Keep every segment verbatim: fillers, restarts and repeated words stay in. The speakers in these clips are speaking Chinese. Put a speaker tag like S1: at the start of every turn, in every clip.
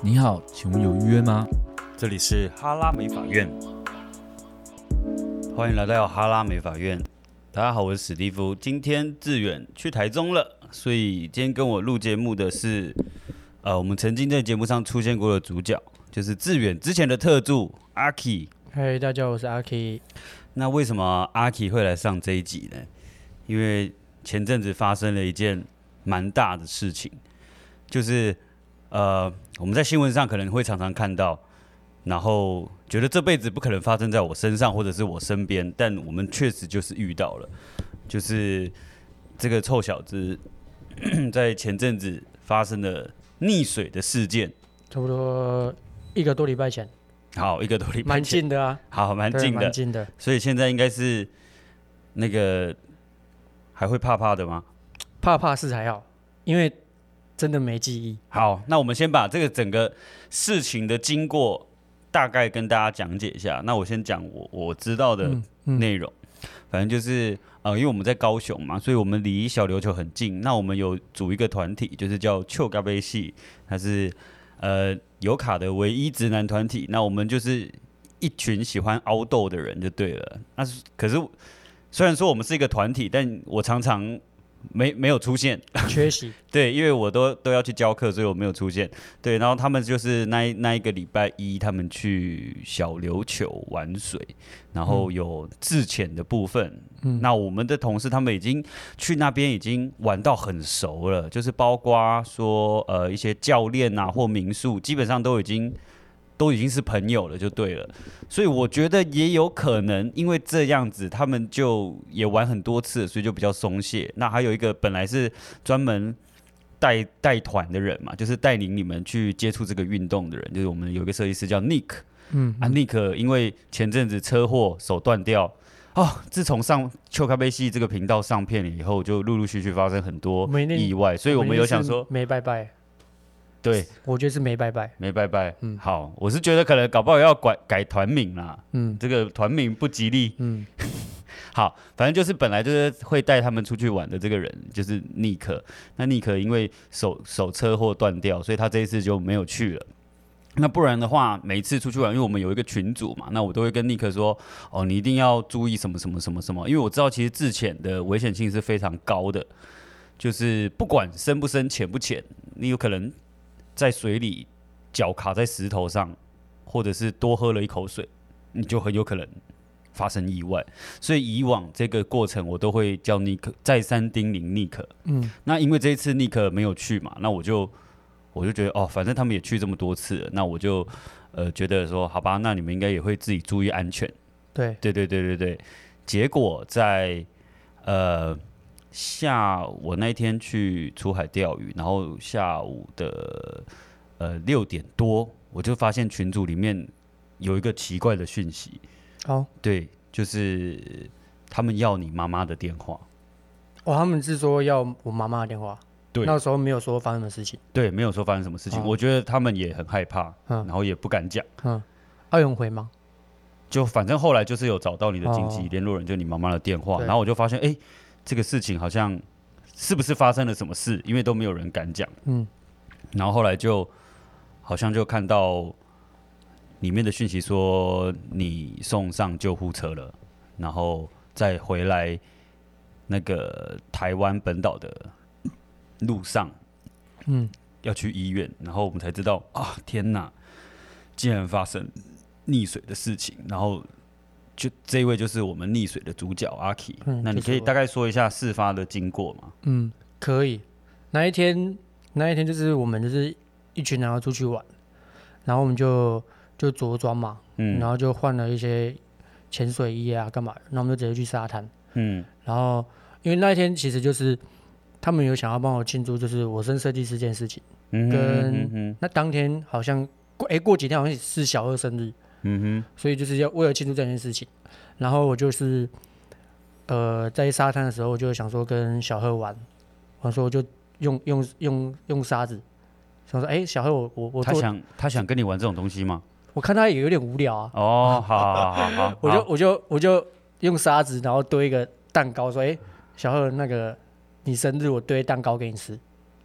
S1: 你好，请问有预约吗？
S2: 这里是哈拉美法院，欢迎来到哈拉美法院。大家好，我是史蒂夫。今天志远去台中了，所以今天跟我录节目的是，呃，我们曾经在节目上出现过的主角，就是志远之前的特助阿 K。
S3: 嗨，大家好，我是阿 K。
S2: 那为什么阿 K 会来上这一集呢？因为前阵子发生了一件蛮大的事情，就是呃，我们在新闻上可能会常常看到。然后觉得这辈子不可能发生在我身上或者是我身边，但我们确实就是遇到了，就是这个臭小子在前阵子发生了溺水的事件，
S3: 差不多一个多礼拜前。
S2: 好，一个多礼拜前，
S3: 蛮近的啊。
S2: 好，蛮近的，
S3: 蛮近的。
S2: 所以现在应该是那个还会怕怕的吗？
S3: 怕怕是还好，因为真的没记忆。
S2: 好，那我们先把这个整个事情的经过大概跟大家讲解一下。那我先讲我我知道的内容，嗯嗯、反正就是呃，因为我们在高雄嘛，所以我们离小琉球很近。那我们有组一个团体，就是叫秋咖啡系，它是呃有卡的唯一直男团体。那我们就是一群喜欢凹豆的人就对了。那可是虽然说我们是一个团体，但我常常没没有出现，
S3: 缺席。
S2: 对，因为我都都要去教课，所以我没有出现。对，然后他们就是那一那一个礼拜一，他们去小琉球玩水，然后有自潜的部分。嗯，那我们的同事他们已经去那边已经玩到很熟了，就是包括说呃一些教练啊或民宿，基本上都已经。都已经是朋友了，就对了，所以我觉得也有可能，因为这样子，他们就也玩很多次，所以就比较松懈。那还有一个本来是专门带带团的人嘛，就是带领你们去接触这个运动的人，就是我们有一个设计师叫 Nick， 嗯啊 Nick 因为前阵子车祸手断掉，哦，自从上秋咖啡系这个频道上片了以后，就陆陆续续发生很多意外，所以我们有想说
S3: 没拜拜。
S2: 对，
S3: 我觉得是没拜拜，
S2: 没拜拜。嗯，好，我是觉得可能搞不好要改改团名啦。嗯，这个团名不吉利。嗯，好，反正就是本来就是会带他们出去玩的这个人，就是尼克。那尼克因为手手车祸断掉，所以他这一次就没有去了。那不然的话，每一次出去玩，因为我们有一个群组嘛，那我都会跟尼克说，哦，你一定要注意什么什么什么什么，因为我知道其实自潜的危险性是非常高的，就是不管深不深、浅不浅，你有可能。在水里脚卡在石头上，或者是多喝了一口水，你就很有可能发生意外。所以以往这个过程，我都会叫尼克再三叮咛尼克。嗯，那因为这一次尼克没有去嘛，那我就我就觉得哦，反正他们也去这么多次了，那我就呃觉得说，好吧，那你们应该也会自己注意安全。
S3: 对，
S2: 对对对对对。结果在呃。下我那一天去出海钓鱼，然后下午的呃六点多，我就发现群组里面有一个奇怪的讯息。
S3: 哦，
S2: 对，就是他们要你妈妈的电话。
S3: 哦，他们是说要我妈妈的电话。
S2: 对，
S3: 那时候没有说发生什么事情。
S2: 对，没有说发生什么事情。哦、我觉得他们也很害怕，嗯、然后也不敢讲。
S3: 嗯，要用回吗？
S2: 就反正后来就是有找到你的紧急联络人，哦、就你妈妈的电话，然后我就发现，哎、欸。这个事情好像是不是发生了什么事？因为都没有人敢讲。嗯，然后后来就好像就看到里面的讯息说你送上救护车了，然后再回来那个台湾本岛的路上，嗯，要去医院，然后我们才知道啊，天哪，竟然发生溺水的事情，然后。就这一位就是我们溺水的主角阿 K，嗯、那你可以大概说一下事发的经过吗？
S3: 嗯，可以。那一天，那一天就是我们就是一群人要出去玩，然后我们就就着装嘛，嗯，然后就换了一些潜水衣啊，干嘛？然后我们就直接去沙滩，嗯，然后因为那一天其实就是他们有想要帮我庆祝，就是我升设计师这件事情，嗯、跟、嗯嗯、那当天好像过哎、欸、过几天好像是小二生日。嗯哼，所以就是要为了庆祝这件事情，然后我就是呃在沙滩的时候，我就想说跟小贺玩，我说我就用用用用沙子，想说哎、欸、小贺我我我
S2: 他想他想跟你玩这种东西吗？
S3: 我看他也有点无聊啊。
S2: 哦，好好好好，
S3: 我就我就我就用沙子，然后堆一个蛋糕，说哎、欸、小贺那个你生日我堆蛋糕给你吃，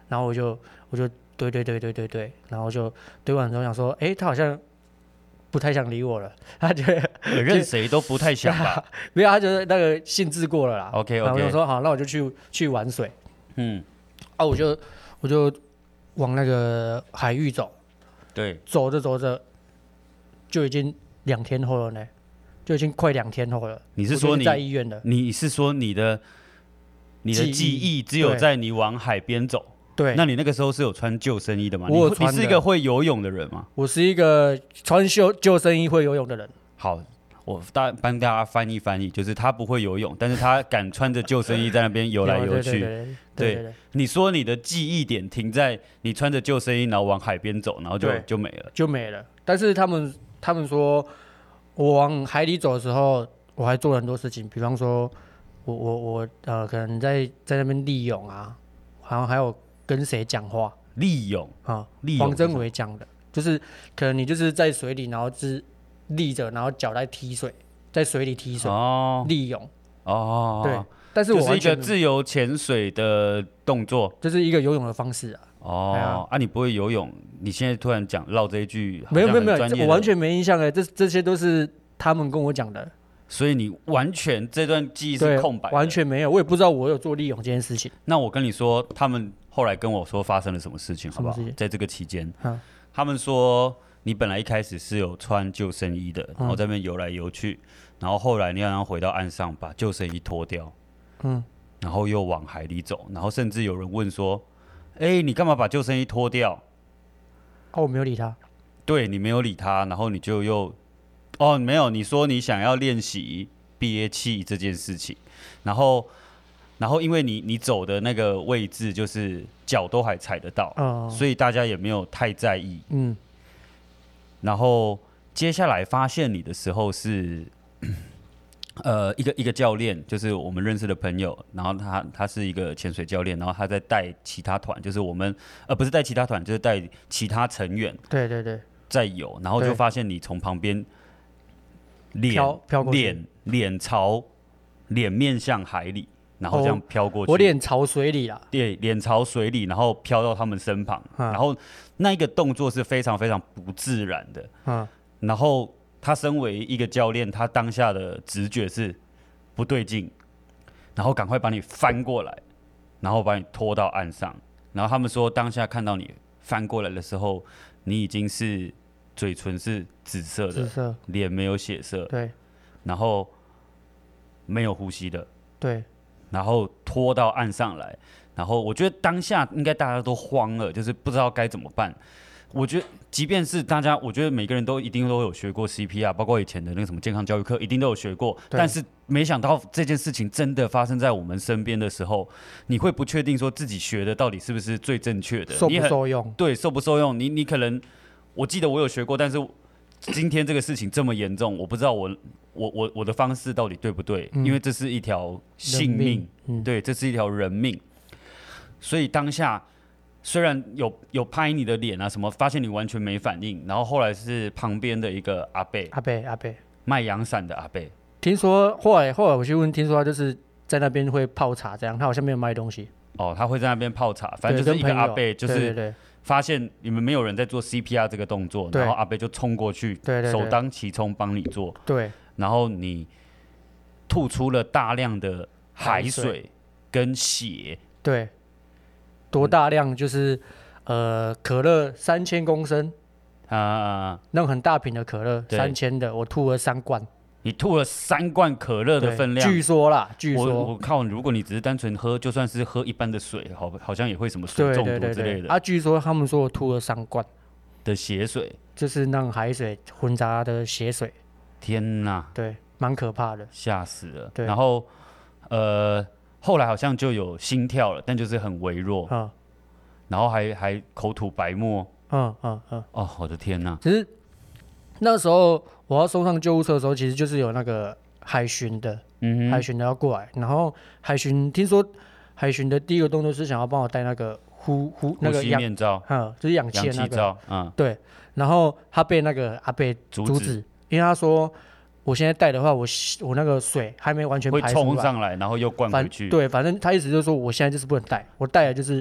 S3: 然后我就我就对对对对对对，然后就对完之后想说，哎，他好像不太想理我了，他觉得
S2: 任谁都不太想吧？
S3: 没有，他觉得那个兴致过了啦。
S2: OK OK，
S3: 然后我就说好，那我就去去玩水。
S2: 嗯，
S3: 啊，我就我就往那个海域走。
S2: 对，
S3: 走着走着就已经两天后了呢，就已经快两天后了。
S2: 你是说你
S3: 在医院的？
S2: 你是说你的你的记忆只有在你往海边走？
S3: 对。
S2: 那你那个时候是有穿救生衣的吗？
S3: 我有穿的。
S2: 你是一个会游泳的人吗？
S3: 我是一个穿救救生衣会游泳的人。
S2: 好，我大帮大家翻译翻译，就是他不会游泳，但是他敢穿着救生衣在那边游来游去。
S3: 对对对对对对。
S2: 你说你的记忆点停在你穿着救生衣，然后往海边走，然后就就没了，
S3: 就没了。但是他们他们说，我往海里走的时候，我还做了很多事情，比方说我我我呃，可能在在那边立泳啊，好像还有跟谁讲话。
S2: 立泳
S3: 啊，黄真伟讲的，就是可能你就是在水里，然后是立着，然后脚在踢水，在水里踢水，哦，立泳，
S2: 哦，
S3: 对，但是我
S2: 就是一个自由潜水的动作，
S3: 这是一个游泳的方式啊。
S2: 哦，啊，啊你不会游泳，你现在突然讲绕这一句，
S3: 没有没有没有，我完全没印象哎，这这些都是他们跟我讲的，
S2: 所以你完全这段记忆是空白的，
S3: 完全没有，我也不知道我有做立泳这件事情。
S2: 那我跟你说，他们后来跟我说发生了什么事情，好不好？在这个期间，他们说你本来一开始是有穿救生衣的，然后在那边游来游去，然后后来你好像回到岸上把救生衣脱掉，嗯，然后又往海里走，然后甚至有人问说：“哎、欸，你干嘛把救生衣脱掉？”
S3: 哦，我没有理他。
S2: 对，你没有理他，然后你就又哦没有，你说你想要练习憋气这件事情，然后然后因为你你走的那个位置就是脚都还踩得到，哦、所以大家也没有太在意。嗯，然后接下来发现你的时候是。呃，一个一个教练，就是我们认识的朋友，然后他他是一个潜水教练，然后他在带其他团，就是我们呃不是带其他团，就是带其他成员，
S3: 对对对，
S2: 在游，然后就发现你从旁边脸
S3: 飘过去，
S2: 脸脸朝脸面向海里，然后这样飘过去，
S3: 我脸朝水里啦，
S2: 对，脸朝水里，然后飘到他们身旁，然后那一个动作是非常非常不自然的，嗯，然后。他身为一个教练，他当下的直觉是不对劲，然后赶快把你翻过来，然后把你拖到岸上。然后他们说，当下看到你翻过来的时候，你已经是嘴唇是紫色的，紫色，脸没有血色，
S3: 对，
S2: 然后没有呼吸的，
S3: 对，
S2: 然后拖到岸上来。然后我觉得当下应该大家都慌了，就是不知道该怎么办。我觉得，即便是大家，我觉得每个人都一定都有学过 C P R， 包括以前的那个什么健康教育课，一定都有学过。但是没想到这件事情真的发生在我们身边的时候，你会不确定说自己学的到底是不是最正确的，
S3: 受不受用？
S2: 对，受不受用？你你可能，我记得我有学过，但是今天这个事情这么严重，我不知道我我我我的方式到底对不对？嗯、因为这是一条性命，嗯、对，这是一条人命，所以当下。虽然有有拍你的脸啊什么，发现你完全没反应，然后后来是旁边的一个阿伯，
S3: 阿伯阿伯
S2: 卖阳伞的阿伯，
S3: 听说后来后来我去问，听说他就是在那边会泡茶，这样他好像没有卖东西。
S2: 哦，他会在那边泡茶，反正就是一个阿伯，就是发现你们没有人在做 C P R 这个动作，然后阿伯就冲过去，
S3: 对对对，
S2: 首当其冲帮你做，
S3: 对，
S2: 然后你吐出了大量的海水跟血，
S3: 对。多大量就是呃可乐三千公升啊，那种很大瓶的可乐三千的，我吐了三罐。
S2: 你吐了三罐可乐的分量？
S3: 据说啦，据说。
S2: 我我靠，如果你只是单纯喝，就算是喝一般的水，好好像也会什么水中毒之类的。对对对对
S3: 啊，据说他们说我吐了三罐
S2: 的血水，
S3: 就是那种海水混杂的血水。
S2: 天哪！
S3: 对，蛮可怕的，
S2: 吓死了。然后呃。后来好像就有心跳了，但就是很微弱，嗯、然后还还口吐白沫，嗯嗯嗯，哦，我的天哪！
S3: 其实那时候我要送上救护车的时候，其实就是有那个海巡的，嗯、海巡的要过来，然后海巡听说海巡的第一个动作是想要帮我戴那个呼呼那个
S2: 呼吸面罩，
S3: 嗯，就是氧气的那个，
S2: 罩嗯，
S3: 对，然后他被那个阿伯阻止，因为他说。我现在带的话，我我那个水还没完全排出来，
S2: 会冲上来，然后又灌回去。
S3: 对，反正他意思就是说，我现在就是不能带，我带的就是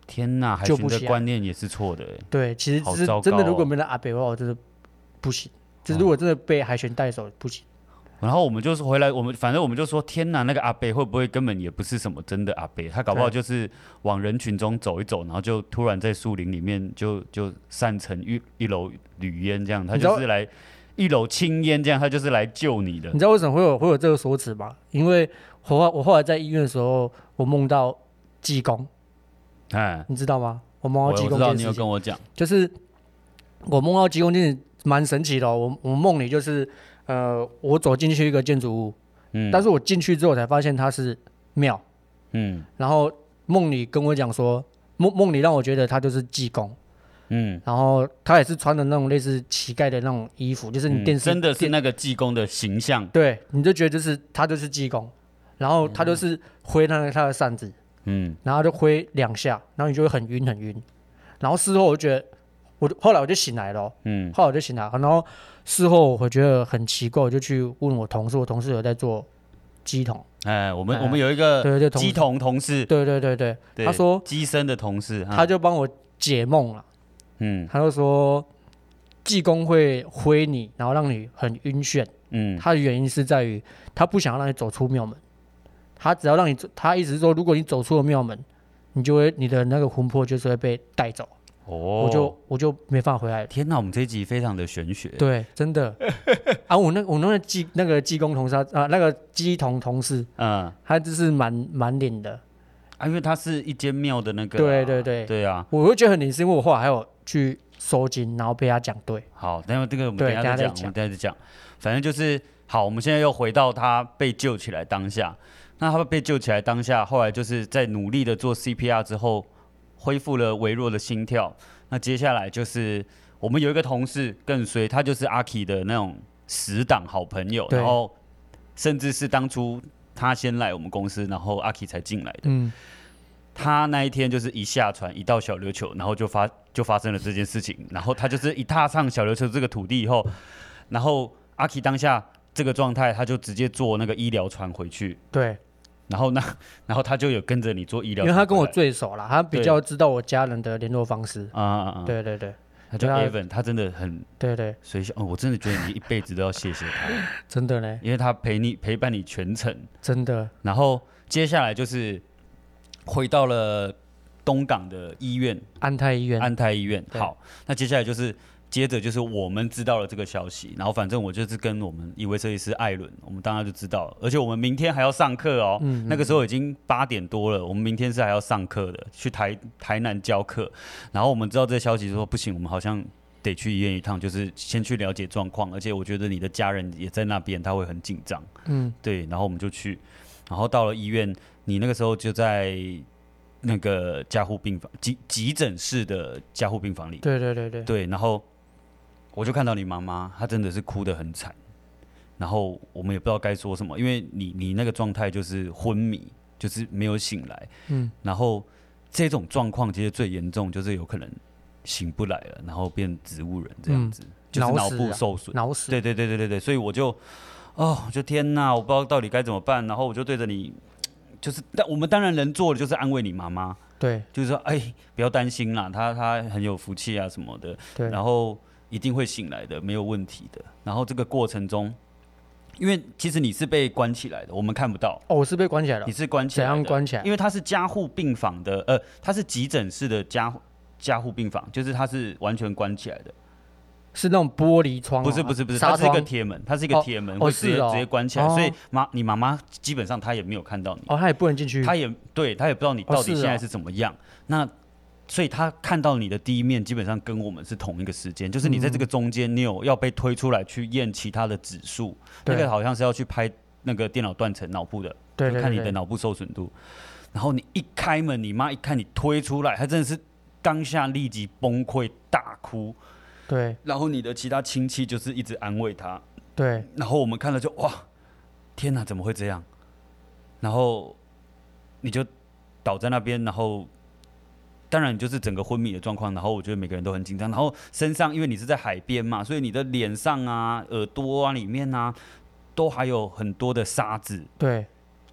S2: 天哪，海巡的观念也是错的。
S3: 对，其实是真的，如果没有阿北的话，我真的不行。就是如果真的被海巡带走，不行。
S2: 然后我们就是回来，我们反正我们就说，天哪，那个阿伯会不会根本也不是什么真的阿伯？他搞不好就是往人群中走一走，然后就突然在树林里面就就散成一一篓铝烟这样，他就是来一篓青烟这样，他就是来救你的。
S3: 你知道为什么会有会有这个说辞吗？因为我我后来在医院的时候，我梦到济公，哎，你知道吗？我梦到济公，我知道
S2: 你有跟我讲，
S3: 就是我梦到济公，就是蛮神奇的、哦。我我梦里就是。呃，我走进去一个建筑物，嗯，但是我进去之后才发现它是庙，嗯，然后梦里跟我讲说，梦梦里让我觉得他就是济公，嗯，然后他也是穿的那种类似乞丐的那种衣服，就是你电视、
S2: 嗯、真的是那个济公的形象，
S3: 对，你就觉得就是他就是济公，然后他就是挥那个他的扇子，嗯，然后就挥两下，然后你就会很晕很晕，然后事后我就觉得，我后来我就醒来了、哦，嗯，后来我就醒来了，然后。事后我觉得很奇怪，我就去问我同事，我同事有在做乩童。
S2: 哎，我们、哎、我们有一个乩童同事，
S3: 对对对对，对他说
S2: 乩身的同事，
S3: 他就帮我解梦了。嗯，他就说济公会挥你，然后让你很晕眩。嗯，他的原因是在于他不想要让你走出庙门，他只要让你，他意思是说，如果你走出了庙门，你就会你的那个魂魄就是会被带走。哦，我就我就没办法回来了。
S2: 天哪，我们这一集非常的玄学。
S3: 对，真的啊，我那我那个技那个技工同事啊，那个乩童同事，嗯，他就是蛮蛮灵的
S2: 啊，因为他是一间庙的那个、啊。
S3: 对对对
S2: 对啊，
S3: 我会觉得很灵，是因为我后来还有去收金，然后被他讲对。
S2: 好，等下这个我们等一下再讲，我们等一下再讲。反正就是好，我们现在又回到他被救起来当下。那他被救起来当下，后来就是在努力的做 C P R 之后。恢复了微弱的心跳，那接下来就是我们有一个同事更衰，他就是阿 K 的那种死党好朋友，然后甚至是当初他先来我们公司，然后阿 K 才进来的。嗯，他那一天就是一下船，一到小琉球，然后就发就发生了这件事情，然后他就是一踏上小琉球这个土地以后，然后阿 K 当下这个状态，他就直接坐那个医疗船回去。
S3: 对。
S2: 然后那，然后他就有跟着你做医疗，
S3: 因为他跟我最熟了，他比较知道我家人的联络方式。啊啊啊！对对对，
S2: 他叫 Evan， 他真的很
S3: 对对，
S2: 所以哦，我真的觉得你一辈子都要谢谢他，
S3: 真的呢，
S2: 因为他陪你陪伴你全程，
S3: 真的。
S2: 然后接下来就是回到了东港的医院，
S3: 安泰医院，
S2: 安泰医院。好，那接下来就是。接着就是我们知道了这个消息，然后反正我就是跟我们一位设计师艾伦，我们当然就知道了，而且我们明天还要上课哦。嗯嗯那个时候已经八点多了，我们明天是还要上课的，去台台南教课。然后我们知道这个消息说不行，我们好像得去医院一趟，就是先去了解状况，而且我觉得你的家人也在那边，他会很紧张。嗯，对，然后我们就去，然后到了医院，你那个时候就在那个加护病房急急诊室的加护病房里。
S3: 对对对对，
S2: 对，然后。我就看到你妈妈，她真的是哭得很惨，然后我们也不知道该说什么，因为你你那个状态就是昏迷，就是没有醒来，嗯，然后这种状况其实最严重就是有可能醒不来了，然后变植物人这样子，嗯、就是脑部受损，
S3: 脑死，
S2: 对对对对对对，所以我就哦，就天哪，我不知道到底该怎么办，然后我就对着你，就是但我们当然能做的就是安慰你妈妈，
S3: 对，
S2: 就是说哎不要担心啦，她她很有福气啊什么的，对，然后。一定会醒来的，没有问题的。然后这个过程中，因为其实你是被关起来的，我们看不到。
S3: 哦，我是被关起来的。
S2: 你是关起来的，
S3: 怎样关起来？
S2: 因为它是加护病房的，呃，它是急诊室的加加护病房，就是它是完全关起来的。
S3: 是那种玻璃窗、啊？
S2: 不是不是不是，它是一个铁门，它是一个铁门，
S3: 哦、
S2: 会直接、
S3: 哦、
S2: 直接关起来。
S3: 哦、
S2: 所以妈，你妈妈基本上她也没有看到你。
S3: 哦，她也不能进去。
S2: 她也对，她也不知道你到底现在是怎么样。哦、那所以他看到你的第一面，基本上跟我们是同一个时间，就是你在这个中间，你有要被推出来去验其他的指数，那个好像是要去拍那个电脑断层脑部的，
S3: 对对对对，
S2: 就看你的脑部受损度。然后你一开门，你妈一看你推出来，她真的是当下立即崩溃大哭。
S3: 对。
S2: 然后你的其他亲戚就是一直安慰她。
S3: 对。
S2: 然后我们看了就哇，天哪，怎么会这样？然后你就倒在那边，然后。当然，你就是整个昏迷的状况，然后我觉得每个人都很紧张，然后身上因为你是在海边嘛，所以你的脸上啊、耳朵啊里面啊，都还有很多的沙子。
S3: 对，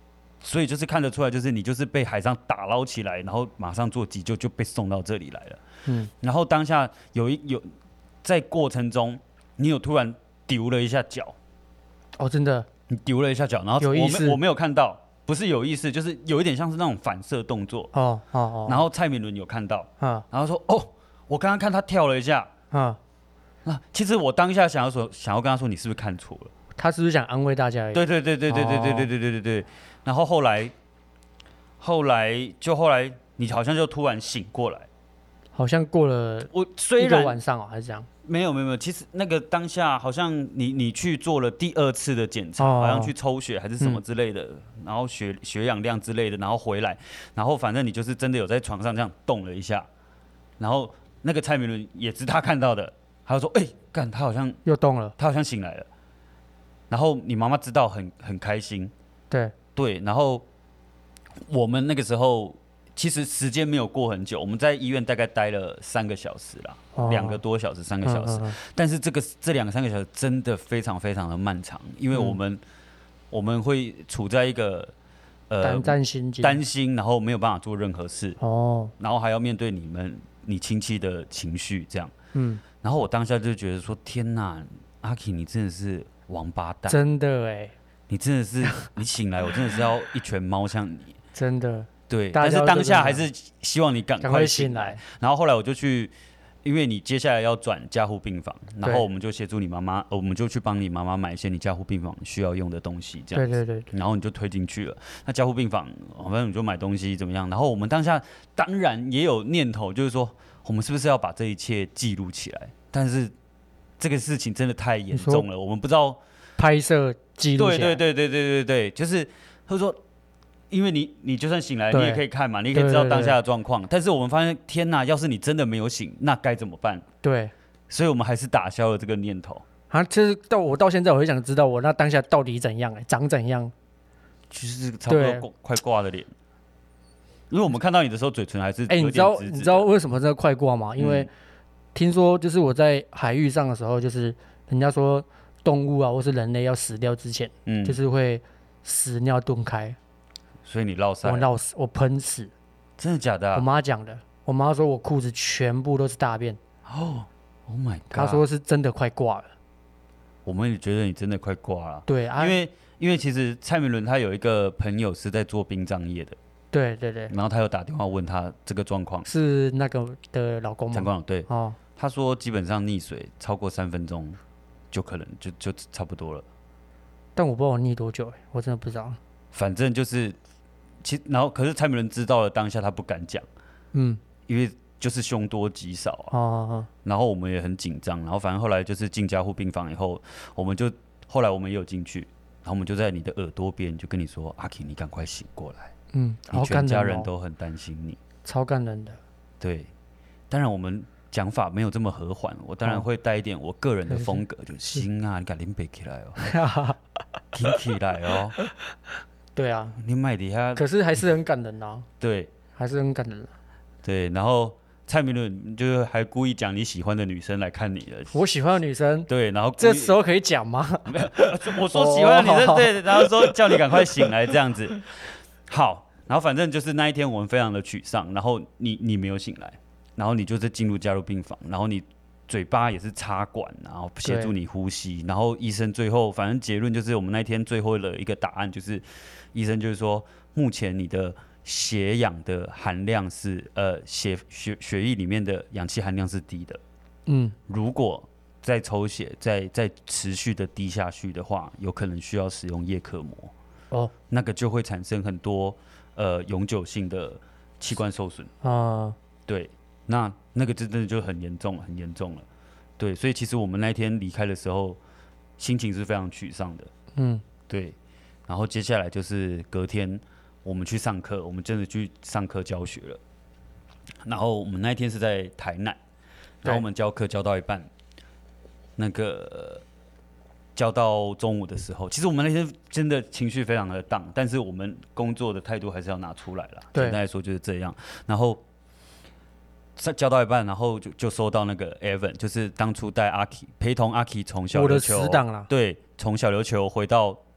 S2: 所以就是看得出来，就是你就是被海上打捞起来，然后马上做急救就被送到这里来了。嗯，然后当下有一有在过程中，你有突然丢了一下脚。
S3: 哦，真的，
S2: 你丢了一下脚，然后我没我没有看到，不是有意识，就是有一点像是那种反射动作。哦哦哦。然后蔡明伦有看到，嗯，然后说：“哦，我刚刚看他跳了一下。”嗯，那其实我当下想要说，想要跟他说，你是不是看错了？
S3: 他是不是想安慰大家而已？
S2: 对对对对对对对对对对对对。然后后来，后来就后来，你好像就突然醒过来，
S3: 好像过了
S2: 我虽然
S3: 一个晚上哦，还是这样？
S2: 没有没有没有，其实那个当下好像你你去做了第二次的检查，哦、好像去抽血还是什么之类的，嗯、然后血血氧量之类的，然后回来，然后反正你就是真的有在床上这样动了一下，然后那个蔡明伦也是他看到的，他就说：“哎、欸，干，他好像
S3: 又动了，
S2: 他好像醒来了。”然后你妈妈知道很很开心，
S3: 对
S2: 对，然后我们那个时候。其实时间没有过很久，我们在医院大概待了三个小时啦，哦、两个多小时，三个小时。嗯嗯、但是这个这两个三个小时真的非常非常的漫长，因为我们、嗯、我们会处在一个
S3: 呃担心
S2: 担心，然后没有办法做任何事，哦，然后还要面对你们你亲戚的情绪这样，嗯，然后我当下就觉得说，天哪，阿 K 你真的是王八蛋，
S3: 真的哎，
S2: 你真的是你醒来，我真的是要一拳猫向你，
S3: 真的。
S2: 对，但是当下还是希望你赶快醒来。然后后来我就去，因为你接下来要转加护病房，然后我们就协助你妈妈，我们就去帮你妈妈买一些你加护病房需要用的东西，这样子。
S3: 对对 对, 对。
S2: 然后你就推进去了。那加护病房，反正你就买东西怎么样？然后我们当下当然也有念头，就是说我们是不是要把这一切记录起来？但是这个事情真的太严重了，我们不知道
S3: 拍摄记录。
S2: 对对对对对对对，就是他说。因为你，你就算醒来，你也可以看嘛，你也可以知道当下的状况。但是我们发现，天哪！要是你真的没有醒，那该怎么办？
S3: 对，
S2: 所以我们还是打消了这个念头。
S3: 啊，其实到我到现在，我会想知道我那当下到底怎样、欸，长怎样？
S2: 其实差不多快挂的脸。因为我们看到你的时候，嘴唇还是有点
S3: 哎、欸，你知道你知道为什么这个快挂吗？因为、嗯、听说就是我在海域上的时候，就是人家说动物啊，或是人类要死掉之前，嗯，就是会屎尿顿开。
S2: 所以你落塞，
S3: 我落屎，我喷屎，
S2: 真的假的、啊？
S3: 我妈讲的，我妈说我裤子全部都是大便。
S2: 哦 ，Oh my god！
S3: 她说是真的快挂了。
S2: 我们也觉得你真的快挂了。
S3: 对啊，
S2: 因为因为其实蔡明伦他有一个朋友是在做殡葬业的。
S3: 对对对。
S2: 然后他有打电话问他这个状况，
S3: 是那个的老公吗？
S2: 张光对。哦。他说基本上溺水超过三分钟，就可能就就差不多了。
S3: 但我不知道我溺多久、欸，我真的不知道。
S2: 反正就是。其然后，可是蔡明伦知道了当下，他不敢讲，嗯，因为就是凶多吉少啊。哦哦哦。然后我们也很紧张，然后反正后来就是进加护病房以后，我们就后来我们也有进去，然后我们就在你的耳朵边就跟你说：“阿 K， 你赶快醒过来。”嗯，你全家人都很担心你，
S3: 超感人的。
S2: 对，当然我们讲法没有这么和缓，我当然会带一点我个人的风格，哦、就心啊，你赶紧背起来哦，挺起来哦。
S3: 对啊，
S2: 你买底下，
S3: 可是还是很感人啊。
S2: 对，
S3: 还是很感人、啊。
S2: 对，然后蔡明伦就是还故意讲你喜欢的女生来看你的。
S3: 我喜欢的女生。
S2: 对，然后
S3: 这时候可以讲吗？
S2: 我说喜欢的女生，对，然后说叫你赶快醒来这样子。好，然后反正就是那一天我们非常的沮丧，然后你你没有醒来，然后你就是进入加入病房，然后你。嘴巴也是插管，然后协助你呼吸，然后医生最后反正结论就是我们那天最后的一个答案就是，医生就是说目前你的血氧的含量是呃血血血液里面的氧气含量是低的，嗯，如果再抽血再再持续的低下去的话，有可能需要使用叶克膜，哦，那个就会产生很多呃永久性的器官受损啊，对。那那个真的就很严重，很严重了，对，所以其实我们那天离开的时候，心情是非常沮丧的，嗯，对。然后接下来就是隔天我们去上课，我们真的去上课教学了。然后我们那一天是在台南，然后我们教课教到一半，那个教到中午的时候，其实我们那天真的情绪非常的荡，但是我们工作的态度还是要拿出来啦。简单来说就是这样。然后。教到一半，然后就就收到那个 Evan， 就是当初带阿 K 陪同阿 K 从小琉球，
S3: 我的死党啦，
S2: 对，从小琉球回到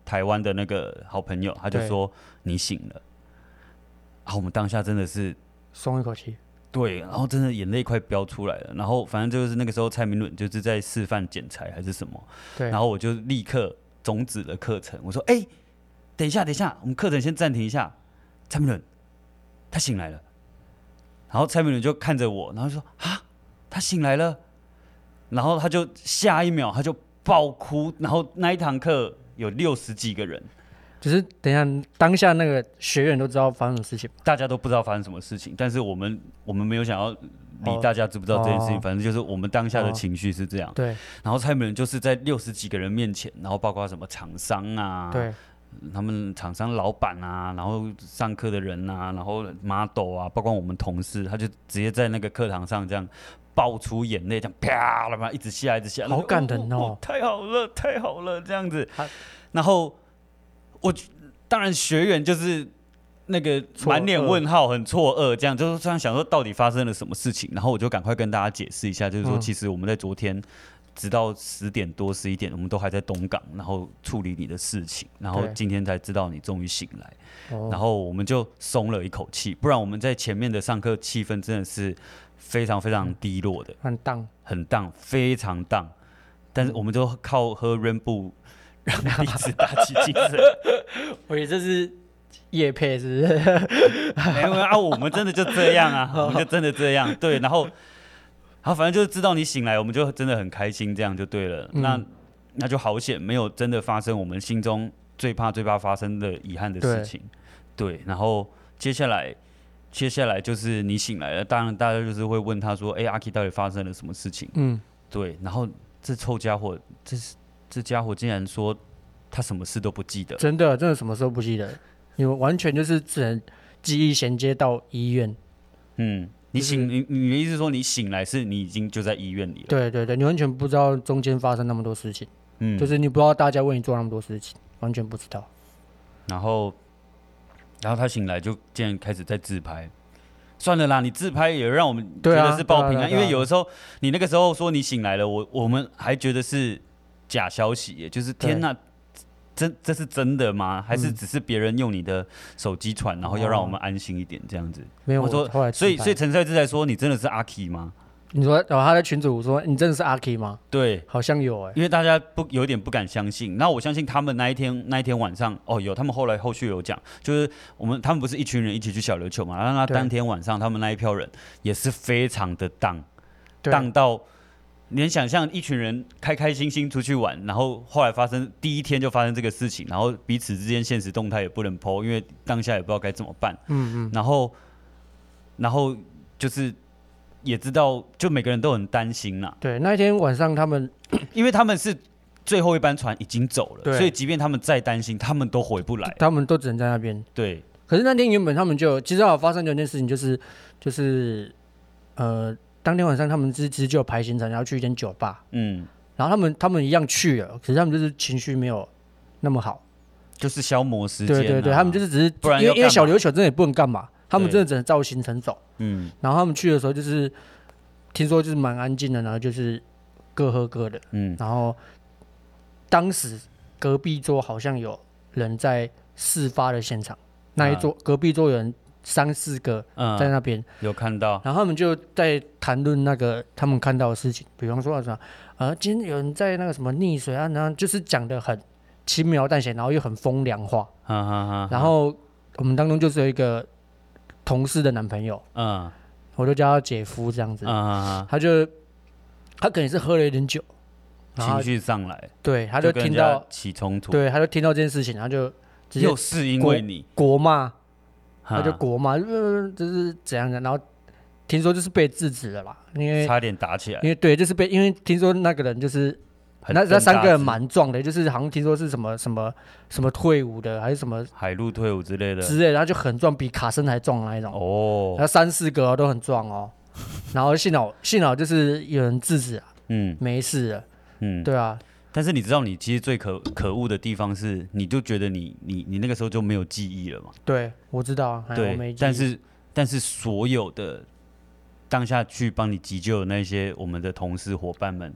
S2: 台湾的那个好朋友，他就说你醒了，啊，我们当下真的是
S3: 松一口气。
S2: 对，然后真的眼泪快飙出来了，然后反正就是那个时候蔡明伦就是在示范剪裁还是什么，
S3: 对，
S2: 然后我就立刻终止了课程，我说哎、欸，等一下等一下，我们课程先暂停一下，蔡明伦他醒来了，然后蔡明伦就看着我，然后说啊他醒来了，然后他就下一秒他就爆哭，然后那一堂课有六十几个人。
S3: 就是等一下，当下那个学员都知道发生什么事情，
S2: 大家都不知道发生什么事情，但是我们我们没有想要理大家知不知道这件事情，哦、反正就是我们当下的情绪是这样。
S3: 哦、对。
S2: 然后蔡明伦就是在六十几个人面前，然后包括什么厂商啊，
S3: 对，
S2: 他们厂商老板啊，然后上课的人啊，然后 model 啊，包括我们同事，他就直接在那个课堂上这样爆出眼泪，这样啪啦嘛，一直下，一直下，
S3: 好感人哦，
S2: 哦太好了，太好了，这样子。然后。我当然学员就是那个满脸问号，很错愕，这样就是这样想说到底发生了什么事情，然后我就赶快跟大家解释一下，就是说其实我们在昨天直到十点多十一点，我们都还在东港，然后处理你的事情，然后今天才知道你终于醒来，然后我们就松了一口气，不然我们在前面的上课气氛真的是非常非常低落的，
S3: 很荡，
S2: 很荡，非常荡，但是我们就靠喝 Rainbow。让彼此打起精神。
S3: 我以为这是业配，是不是？
S2: 没有啊，我们真的就这样啊，我们就真的这样。对，然后，然后反正就是知道你醒来，我们就真的很开心，这样就对了。嗯、那那就好险，没有真的发生我们心中最怕最怕发生的遗憾的事情。对，对，然后接下来。接下来就是你醒来了，当然大家就是会问他说：“哎、欸，阿 K 到底发生了什么事情？”嗯，对。然后这臭家伙，这是。这家伙竟然说他什么事都不记得，
S3: 真的，真的什么事都不记得，你完全就是只能记忆衔接到医院。
S2: 嗯，你醒，你你的意思是说你醒来是你已经就在医院里了？
S3: 对对对，你完全不知道中间发生那么多事情，嗯，就是你不知道大家为你做那么多事情，完全不知道。
S2: 然后，然后他醒来就竟然开始在自拍。算了啦，你自拍也让我们觉得是报平安，因为有的时候你那个时候说你醒来了，我我们还觉得是假消息耶，就是天哪，真这是真的吗？还是只是别人用你的手机传，然后要让我们安心一点这样子？
S3: 没有，我说后来
S2: 所以所以陈帅志在说你真的是阿 K 吗？
S3: 你说，然后他在群组说你真的是阿 K 吗？
S2: 对，
S3: 好像有哎、欸，
S2: 因为大家不有点不敢相信。那我相信他们那一天那一天晚上哦，有他们后来后续有讲，就是我们他们不是一群人一起去小琉球嘛，然后那当天晚上他们那一票人也是非常的荡，荡到你能想象一群人开开心心出去玩，然后后来发生第一天就发生这个事情，然后彼此之间现实动态也不能 po， 因为当下也不知道该怎么办。嗯嗯，然后然后就是。也知道，就每个人都很担心啦。
S3: 对，那一天晚上他们，
S2: 因为他们是最后一班船已经走了，所以即便他们再担心，他们都回不来，
S3: 他们都只能在那边。
S2: 对。
S3: 可是那天原本他们就其实好发生的一件事情，就是就是呃，当天晚上他们其实就有排行程，然后去一间酒吧，嗯，然后他们他们一样去了，可是他们就是情绪没有那么好，
S2: 就是消磨时间、啊。
S3: 对对对，他们就是只是
S2: 不然
S3: 因为因为小琉球真的也不能干嘛。他们真的只能照行程走，嗯，然后他们去的时候就是听说就是蛮安静的，然后就是各喝各的，嗯，然后当时隔壁桌好像有人在事发的现场，那一桌、啊、隔壁桌有人三四个在那边、嗯、
S2: 有看到，
S3: 然后他们就在谈论那个他们看到的事情，比方说什么，呃，今天有人在那个什么溺水啊，然后就是讲得很轻描淡写，然后又很风凉话，啊啊啊、然后我们当中就是有一个。同事的男朋友，嗯，我就叫他姐夫这样子，嗯，他就他可能是喝了一点酒，
S2: 情绪上来，
S3: 对，他就听到
S2: 起冲突，
S3: 对，他就听到这件事情，他就直接
S2: 又是因为你
S3: 国骂，他就国骂，呃，就是怎样的，然后听说就是被制止了啦，因为
S2: 差点打起来，
S3: 因为对，就是被，因为听说那个人就是。那那三个人蛮壮的，就是好像听说是什么什么什么退伍的，还是什么
S2: 海陆退伍之类的
S3: 之类的，然后就很壮，比卡森还壮的那一种。哦，然后三四个、哦、都很壮哦。然后幸好幸好就是有人制止啊，嗯，没事了，嗯，对啊。
S2: 但是你知道，你其实最可可恶的地方是，你就觉得你你你那个时候就没有记忆了嘛？
S3: 对，我知道，
S2: 对，
S3: 我没记忆。
S2: 但是但是所有的当下去帮你急救的那些我们的同事伙伴们。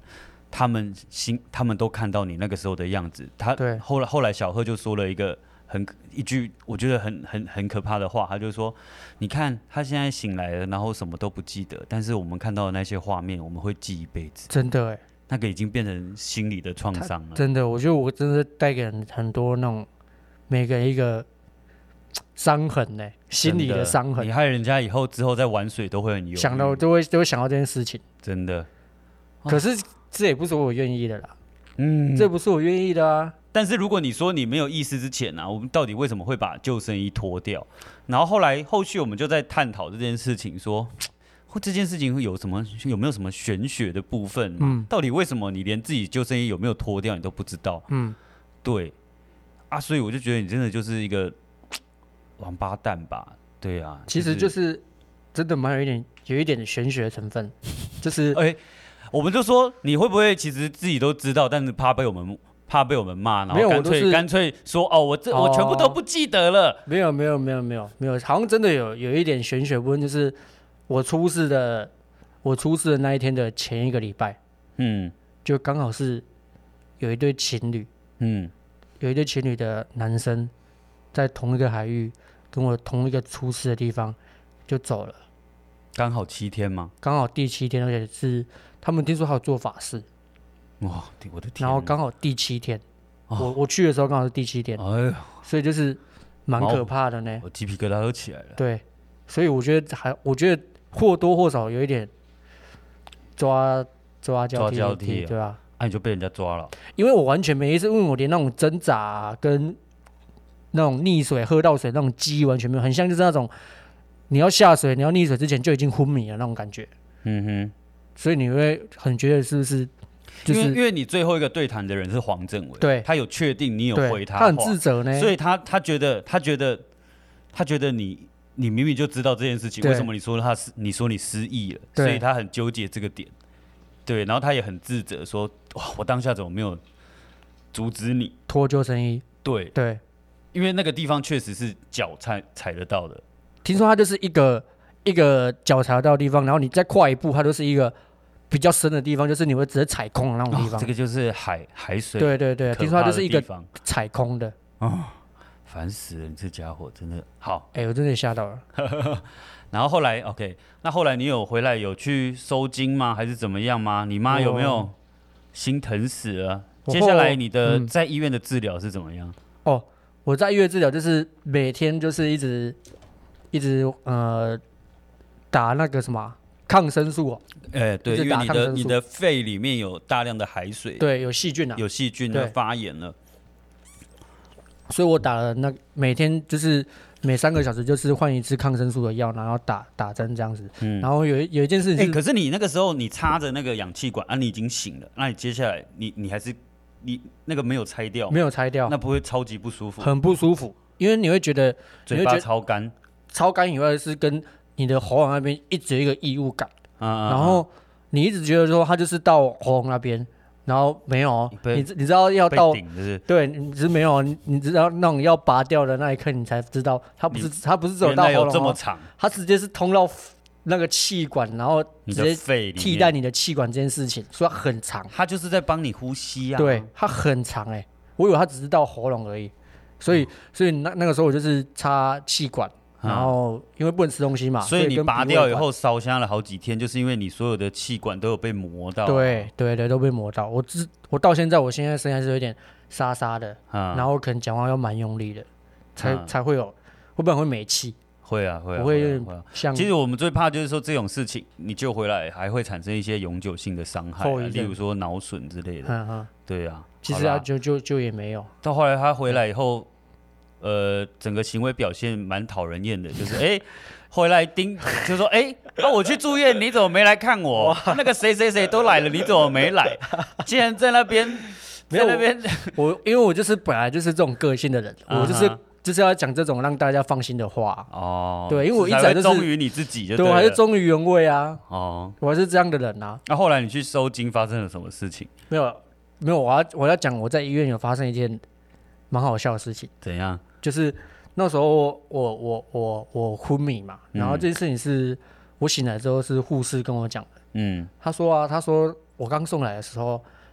S2: 他们心他们都看到你那个时候的样子。他后来后来小贺就说了一个很一句我觉得很很很可怕的话，他就说：“你看他现在醒来了，然后什么都不记得，但是我们看到的那些画面，我们会记一辈子。”
S3: 真的哎，
S2: 那个已经变成心理的创伤了。
S3: 真的，我觉得我真的带给人很多那种每个人一个伤痕呢，心理的伤痕。
S2: 你害人家以后之后再玩水都会很犹豫，
S3: 想到都会都会想到这件事情。
S2: 真的，
S3: 可是这也不是我愿意的啦。嗯，这不是我愿意的啊。
S2: 但是如果你说你没有意识之前啊，我们到底为什么会把救生衣脱掉？然后后来后续我们就在探讨这件事情说，说这件事情会有什么有没有什么玄学的部分？嗯，到底为什么你连自己救生衣有没有脱掉你都不知道？嗯，对啊，所以我就觉得你真的就是一个王八蛋吧？对啊，
S3: 其实就是真的蛮有一点有一点玄学成分，就是
S2: 哎、欸，我们就说你会不会其实自己都知道，但是怕被我们。怕被我们骂，然后干脆干脆说哦，我这、哦、我全部都不记得了。
S3: 没有没有没有没有没有，好像真的有有一点玄学部分，就是我出事的，我出事的那一天的前一个礼拜，嗯，就刚好是有一对情侣，嗯，有一对情侣的男生在同一个海域跟我同一个出事的地方就走了，
S2: 刚好七天吗？
S3: 刚好第七天，而且是他们听说还有做法事。
S2: 哇，我的天！
S3: 然后刚好第七天，哦、我我去的时候刚好是第七天，哎呦，所以就是蛮可怕的呢。
S2: 我鸡皮疙瘩都起来了。
S3: 对，所以我觉得还，我觉得或多或少有一点抓抓交替，抓交替对吧、啊？
S2: 啊，你就被人家抓了。
S3: 因为我完全没意思，因为我连那种挣扎、啊、跟那种溺水喝到水那种记忆完全没有，很像就是那种你要下水、你要溺水之前就已经昏迷了那种感觉。嗯哼，所以你会很觉得是不是？就是、
S2: 因为因为你最后一个对谈的人是黄政伟，
S3: 对，
S2: 他有确定你有回他，
S3: 他很自责呢，
S2: 所以他他觉得他觉得他觉得你你明明就知道这件事情，为什么你说他你说你失忆了？所以他很纠结这个点，对，然后他也很自责说，哇，我当下怎么没有阻止你
S3: 脱救生衣？
S2: 对
S3: 对，
S2: 因为那个地方确实是脚踩踩得到的。
S3: 听说它就是一个一个脚踩得到的地方，然后你再跨一步，它就是一个。比较深的地方，就是你会直接踩空的那种地方。
S2: 哦、这个就是海海水。
S3: 对对对，听说它就是一个踩空的。
S2: 哦，烦死了！你这家伙真的好。
S3: 哎、欸，我真的吓到了。
S2: 然后后来 ，OK， 那后来你有回来有去收金吗？还是怎么样吗？你妈有没有心疼死了？接下来你的在医院的治疗是怎么样？
S3: 嗯、哦，我在医院治疗就是每天就是一直一直呃打那个什么。抗生素哦，
S2: 哎、欸，对，因为你的你的肺里面有大量的海水，
S3: 对，有细菌啊，
S2: 有细菌的发炎了，
S3: 所以我打了那每天就是每三个小时就是换一次抗生素的药，然后打打针这样子。嗯，然后有有一件事情是、
S2: 欸，可是你那个时候你插着那个氧气管啊，你已经醒了，那你接下来你你还是你那个没有拆掉，
S3: 没有拆掉，
S2: 那不会超级不舒服？
S3: 很不舒服，因为你会觉得
S2: 嘴巴超干，
S3: 超干以外是跟你的喉咙那边一直有一个异物感，啊、然后你一直觉得说它就是到喉咙那边，然后没有，你你知道要到，
S2: 是
S3: 对，你只是没有，你你知道那种要拔掉的那一刻，你才知道它不是它不是只有到喉咙，
S2: 这么长，
S3: 它直接是通到那个气管，然后直接替代你的气管这件事情，所以它很长，
S2: 它就是在帮你呼吸啊，
S3: 对，它很长哎、欸，我以为它只是到喉咙而已，所以、嗯、所以那那个时候我就是插气管。然后因为不能吃东西嘛，
S2: 所以你拔掉以后烧香了好几天，就是因为你所有的气管都有被磨到。
S3: 对对对，都被磨到。我只我到现在，我现在声音还是有点沙沙的，嗯、然后可能讲话要蛮用力的，才、嗯、才会有，会不然会没气。
S2: 会啊会啊，
S3: 不会像。
S2: 其实我们最怕就是说这种事情，你救回来还会产生一些永久性的伤害、啊，例如说脑损之类的。嗯嗯，对啊。
S3: 其实他就就就也没有。
S2: 到后来他回来以后。呃，整个行为表现蛮讨人厌的，就是哎、欸，回来盯，就说哎，那、欸啊、我去住院，你怎么没来看我？那个谁谁谁都来了，你怎么没来？竟然在那边，在那边，
S3: 我因为我就是本来就是这种个性的人，我就是、uh-huh. 就是要讲这种让大家放心的话。哦、oh, ，对，因为我一直就是
S2: 忠于你自己就对了，
S3: 对，我还是忠于原味啊。哦、oh. ，我还是这样的人啊。
S2: 那、啊、后来你去收金发生了什么事情？
S3: 没有，没有，我要我要讲我在医院有发生一件蛮好笑的事情。
S2: 怎样？
S3: 就是那时候我我我我我昏迷嘛，然后这件事情是我醒来之后是护士跟我讲的，嗯，他说啊，他说我刚送来的时候，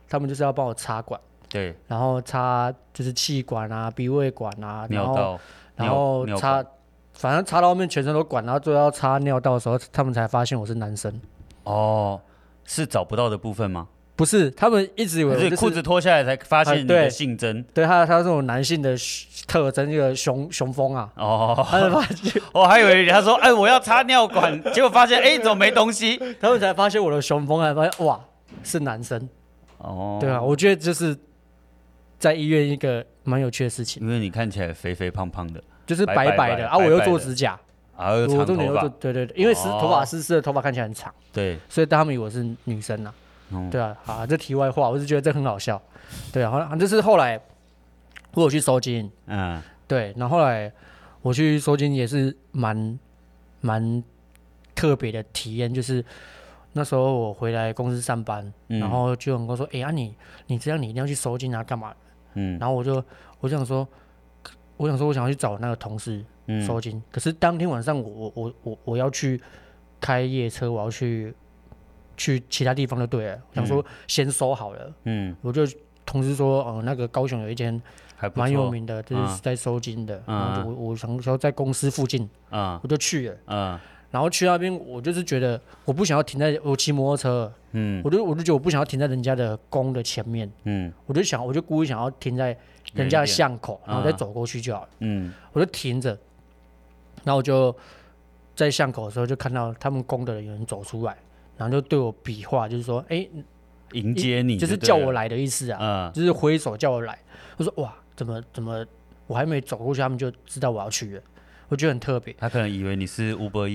S3: 他们就是要帮我插管，
S2: 对，
S3: 然后插就是气管啊、鼻胃管啊，然后然后插，反正插到后面全身都管，然后最后要插尿道的时候，他们才发现我是男生。
S2: 哦，是找不到的部分吗？
S3: 不是，他们一直以为我、就是
S2: 裤子脱下来才发现你的性征。
S3: 对，他他这种男性的特征，这个雄雄风啊。哦，他们发现，
S2: 我还以为他说，哎，我要插尿管，结果发现，哎，怎么没东西？
S3: 他们才发现我的雄风，才发现哇，是男生。哦，对啊，我觉得就是在医院一个蛮有趣的事情。
S2: 因为你看起来肥肥胖胖的，
S3: 就是白白的，白白的啊，我又做指甲。
S2: 啊，有长头发。
S3: 对对对，因为是头发湿湿的，头发看起来很长。
S2: 对，
S3: 所以他们以为我是女生啊。嗯、对啊，啊，这题外话，我是觉得这很好笑。对啊，好像就是后来我有去收金，嗯，对，然后后来我去收金也是蛮蛮特别的体验，就是那时候我回来公司上班，嗯、然后就有人跟我说，哎、欸、啊你你这样你一定要去收金啊，干嘛？嗯，然后我就我就想说，我想说我想要去找那个同事收金，嗯、可是当天晚上我我我我我要去开夜车，我要去。去其他地方就对了，嗯、想说先收好了，嗯，我就同事说，哦、呃，那个高雄有一间蛮有名的，就是在收金的，嗯、然后就我我想说在公司附近，嗯，我就去了，嗯，然后去那边我就是觉得我不想要停在我骑摩托车，嗯，我就我就觉得我不想要停在人家的宫的前面，嗯，我就想我就故意想要停在人家的巷口，然后再走过去就好了，嗯，我就停着，然后我就在巷口的时候就看到他们宫的人走出来。然后就对我比划，就是说，哎，
S2: 迎接你，
S3: 就是叫我来的意思啊，嗯、就是挥手叫我来。我说哇，怎么怎么，我还没走过去，他们就知道我要去了，我觉得很特别。
S2: 他可能以为你是 Uber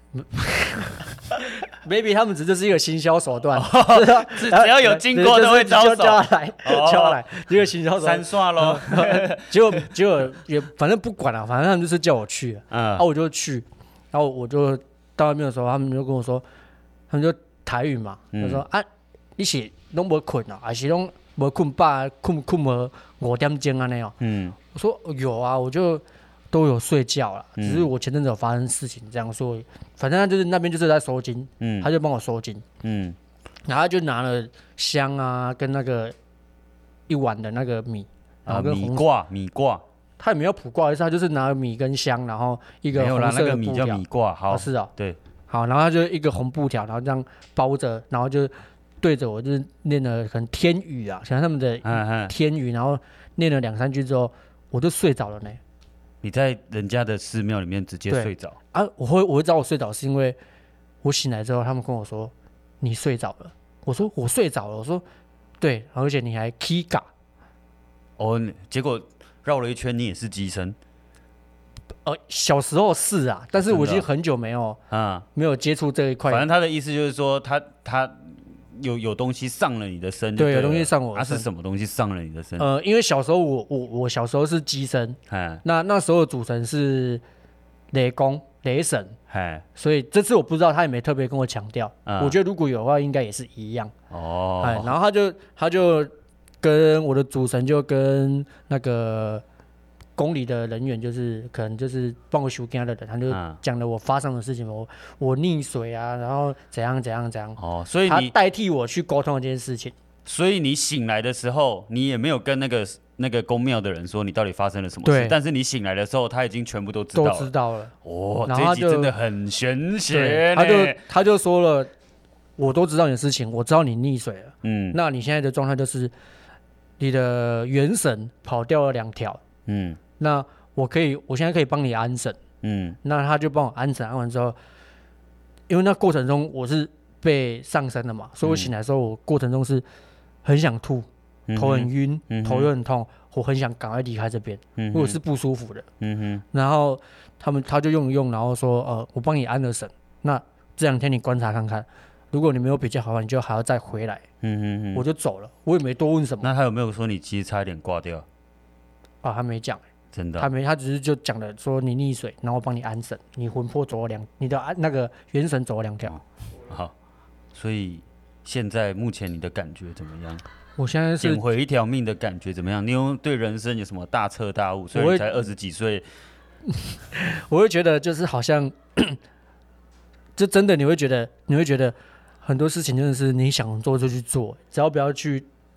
S3: E。maybe 他们只是一个行销手段，
S2: 只要有经过都会招手，
S3: 叫他来，叫他来，这个行销手段。
S2: 三刷咯。
S3: 结果结果也反正不管了，反正他们就是叫我去，嗯，然后我就去，然后我就到那边的时候，他们就跟我说。他们就台语嘛，他、嗯、说啊，你是拢无困啊，还是拢无困饱，困困无五点钟安尼哦？嗯，我说有啊，我就都有睡觉了，嗯、只是我前阵子有发生事情，这样说，反正他就是那边就是在收金，嗯，他就帮我收金，嗯，然后他就拿了香啊，跟那个一碗的那个米，然后跟
S2: 米挂米挂，
S3: 他也没有卜卦，他就是拿米跟香，然后一个红色的布条，
S2: 没有啦，那个米叫米挂，好，
S3: 哦、是啊、哦，
S2: 对。
S3: 好，然后他就一个红布条，然后这样包着，然后就对着我，就是念了可能天语啊，像他们的天语，然后念了两三句之后，我就睡着了呢。
S2: 你在人家的寺庙里面直接睡着
S3: 啊？我会我会知道我睡着，是因为我醒来之后，他们跟我说你睡着了。我说我睡着了。我说对，而且你还 K 嘎。
S2: 哦，结果绕了一圈，你也是机身。
S3: 呃，小时候是啊，但是我已经很久没有啊，没有接触这一块。
S2: 反正他的意思就是说，他他有有东西上了你的身，
S3: 对，有东西上我的
S2: 身。他、啊、是什么东西上了你的身？
S3: 呃，因为小时候我我我小时候是机身，那那时候的主神是雷公雷神，所以这次我不知道，他也没特别跟我强调。嗯、我觉得如果有的话，应该也是一样。哦，然后他就他就跟我的主神就跟那个。宫里的人员就是可能就是帮我修家的人，他就讲了我发生的事情，我我溺水啊，然后怎样怎样怎样。哦，所以你他代替我去沟通这件事情。
S2: 所以你醒来的时候，你也没有跟那个那个宫庙的人说你到底发生了什么事，但是你醒来的时候，他已经全部都知道了。
S3: 都知道了。
S2: 哦，这一集真的很玄学。
S3: 他就他就说了，我都知道你的事情，我知道你溺水了。嗯，那你现在的状态就是你的元神跑掉了两条。嗯。那我可以，我现在可以帮你安神，嗯，那他就帮我安神，安完之后，因为那过程中我是被上身的嘛，所以我醒来的时候，我过程中是很想吐，嗯、头很晕，嗯、头又很痛，我很想赶快离开这边，嗯、我是不舒服的，嗯哼，然后他们他就用一用，然后说，呃，我帮你安了神，那这两天你观察看看，如果你没有比较好，你就还要再回来，嗯哼哼，我就走了，我也没多问什么。
S2: 那他有没有说你其实差一点挂掉？
S3: 啊，他没讲、欸。
S2: 真的，
S3: 他没，他只是就讲了说你溺水，然后我帮你安神，你魂魄走了两，你的那个元神走了两条、哦。
S2: 好，所以现在目前你的感觉怎么样？
S3: 我现在是
S2: 捡回一条命的感觉怎么样？你有对人生有什么大彻大悟？所以你才二十几岁，
S3: 我会觉得就是好像，就真的你会觉得，你会觉得很多事情真的是你想做就去做，只要不要去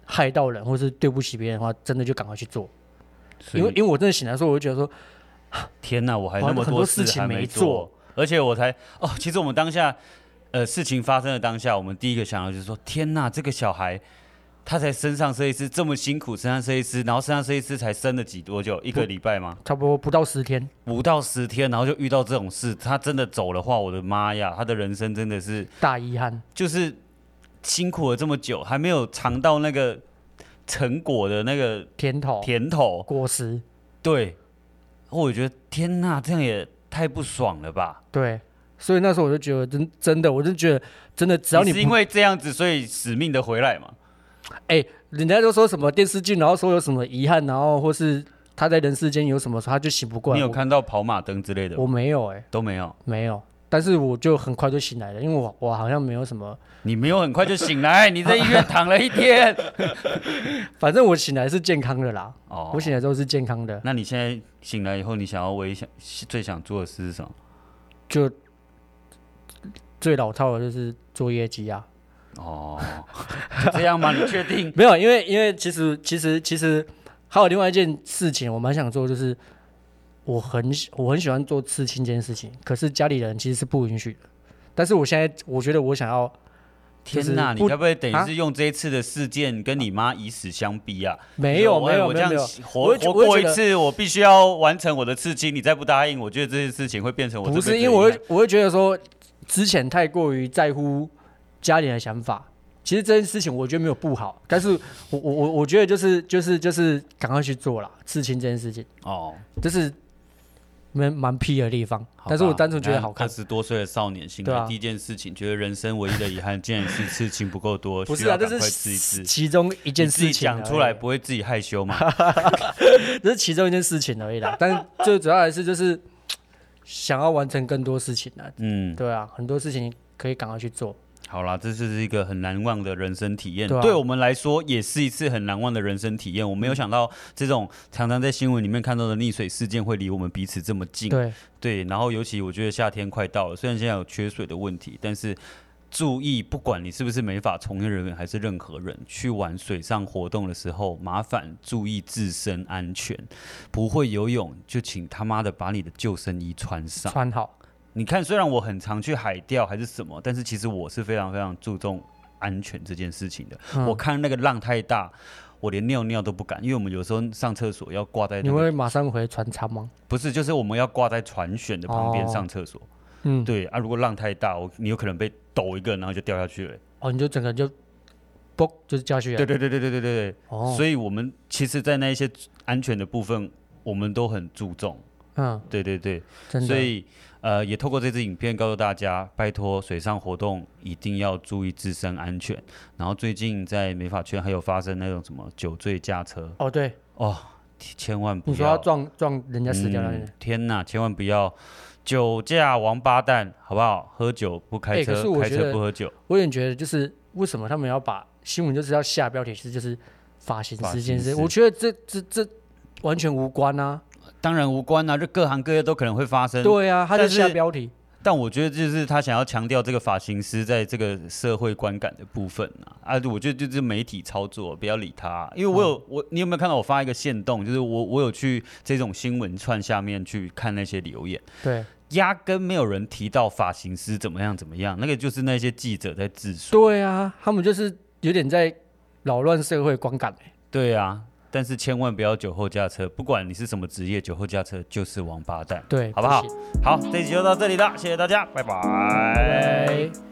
S3: 害到人或是对不起别人的话，真的就赶快去做。因为因为我真的醒来的时候，我就觉得说，
S2: 天哪，我还那么多事情没做，而且我才哦，其实我们当下，呃，事情发生的当下，我们第一个想到就是说，天哪，这个小孩他才升上设计师，这么辛苦升上设计师，然后升上设计师才升了几多久？一个礼拜吗？
S3: 差不多不到十天，
S2: 不到十天，然后就遇到这种事，他真的走的话，我的妈呀，他的人生真的是
S3: 大遗憾，
S2: 就是辛苦了这么久，还没有尝到那个成果的那个
S3: 甜头，
S2: 甜头
S3: 果实，
S2: 对，我觉得天哪，这样也太不爽了吧？
S3: 对，所以那时候我就觉得真真的，我就觉得真的，只要你
S2: 是因为这样子，所以使命的回来嘛。
S3: 哎、欸，人家都说什么电视剧，然后说有什么遗憾，然后或是他在人世间有什么，他就醒不过来。
S2: 你有看到跑马灯之类的吗？
S3: 我没有、欸，哎，
S2: 都没有，
S3: 没有。但是我就很快就醒来了，因为我我好像没有什么。
S2: 你没有很快就醒来，你在医院躺了一天。
S3: 反正我醒来是健康的啦。
S2: 哦，
S3: 我醒来之后是健康的。
S2: 那你现在醒来以后，你想要唯一想最想做的事是什么？
S3: 就最老套的就是做业绩啊。
S2: 哦，就这样吗？你确定？
S3: 没有，因为因为其实其实其实还有另外一件事情，我蛮想做，就是我很我很喜欢做刺青这件事情，可是家里人其实是不允许的。但是我现在我觉得我想要，
S2: 天哪！你该不会等于是用这一次的事件跟你妈以死相逼啊？
S3: 没有没有
S2: 我这样
S3: 活
S2: 活过一次，我必须要完成我的刺青，你再不答应，我觉得这件事情会变成我
S3: 不是因为我会我会觉得说之前太过于在乎家里人的想法。其实这件事情我觉得没有不好，但是我我我我觉得就是就是就是赶快去做啦，刺青这件事情哦，就是蛮蛮屁的地方，但是我单纯觉得好看。
S2: 二十多岁的少年心态，第一件事情觉得人生唯一的遗憾，竟然是刺青不够多，
S3: 不是啊，这是其中一件事情，
S2: 讲出来不会自己害羞吗？
S3: 这是其中一件事情而已啦，但是最主要还是就是想要完成更多事情啊，嗯，对啊，很多事情可以赶快去做。
S2: 好啦，这就是一个很难忘的人生体验，对、啊、对我们来说也是一次很难忘的人生体验。我没有想到这种常常在新闻里面看到的溺水事件会离我们彼此这么近，
S3: 对
S2: 对。然后尤其我觉得夏天快到了，虽然现在有缺水的问题，但是注意，不管你是不是美发从业人员还是任何人，去玩水上活动的时候，麻烦注意自身安全。不会游泳就请他妈的把你的救生衣穿上，
S3: 穿好。
S2: 你看，虽然我很常去海钓还是什么，但是其实我是非常非常注重安全这件事情的。嗯、我看那个浪太大，我连尿尿都不敢，因为我们有时候上厕所要挂在、那個。
S3: 你会马上回船舱吗？
S2: 不是，就是我们要挂在船舷的旁边上厕所。哦、嗯，对啊，如果浪太大，我你有可能被抖一个，然后就掉下去了。
S3: 哦，你就整个就啵就是掉下去了。
S2: 对对对对对对对对。哦，所以我们其实，在那一些安全的部分，我们都很注重。嗯，对对对，
S3: 真的。
S2: 所以。呃，也透过这支影片告诉大家，拜托水上活动一定要注意自身安全。然后最近在美发圈还有发生那种什么酒醉驾车。
S3: 哦，对，
S2: 哦，千万不要。
S3: 你说要撞撞人家死掉那、嗯、
S2: 天哪，千万不要酒驾王八蛋，好不好？喝酒不开车，欸、开车不喝酒。
S3: 我有点觉得，就是为什么他们要把新闻就是要下标题是就是发型师这件事？我觉得这这这完全无关啊。
S2: 当然无关啊，就各行各业都可能会发生。
S3: 对啊，他就下标题。
S2: 但我觉得就是他想要强调这个发型师在这个社会观感的部分啊，啊，我觉得就是媒体操作，不要理他、啊。因为我有、嗯、我，你有没有看到我发一个限动？就是我我有去这种新闻串下面去看那些留言，
S3: 对，
S2: 压根没有人提到发型师怎么样怎么样，那个就是那些记者在自述。
S3: 对啊，他们就是有点在扰乱社会观感、欸、
S2: 对啊。但是千万不要酒后驾车，不管你是什么职业，酒后驾车就是王八蛋，
S3: 对，
S2: 好不好？好，这一集就到这里了，谢谢大家，拜拜。
S3: 拜拜。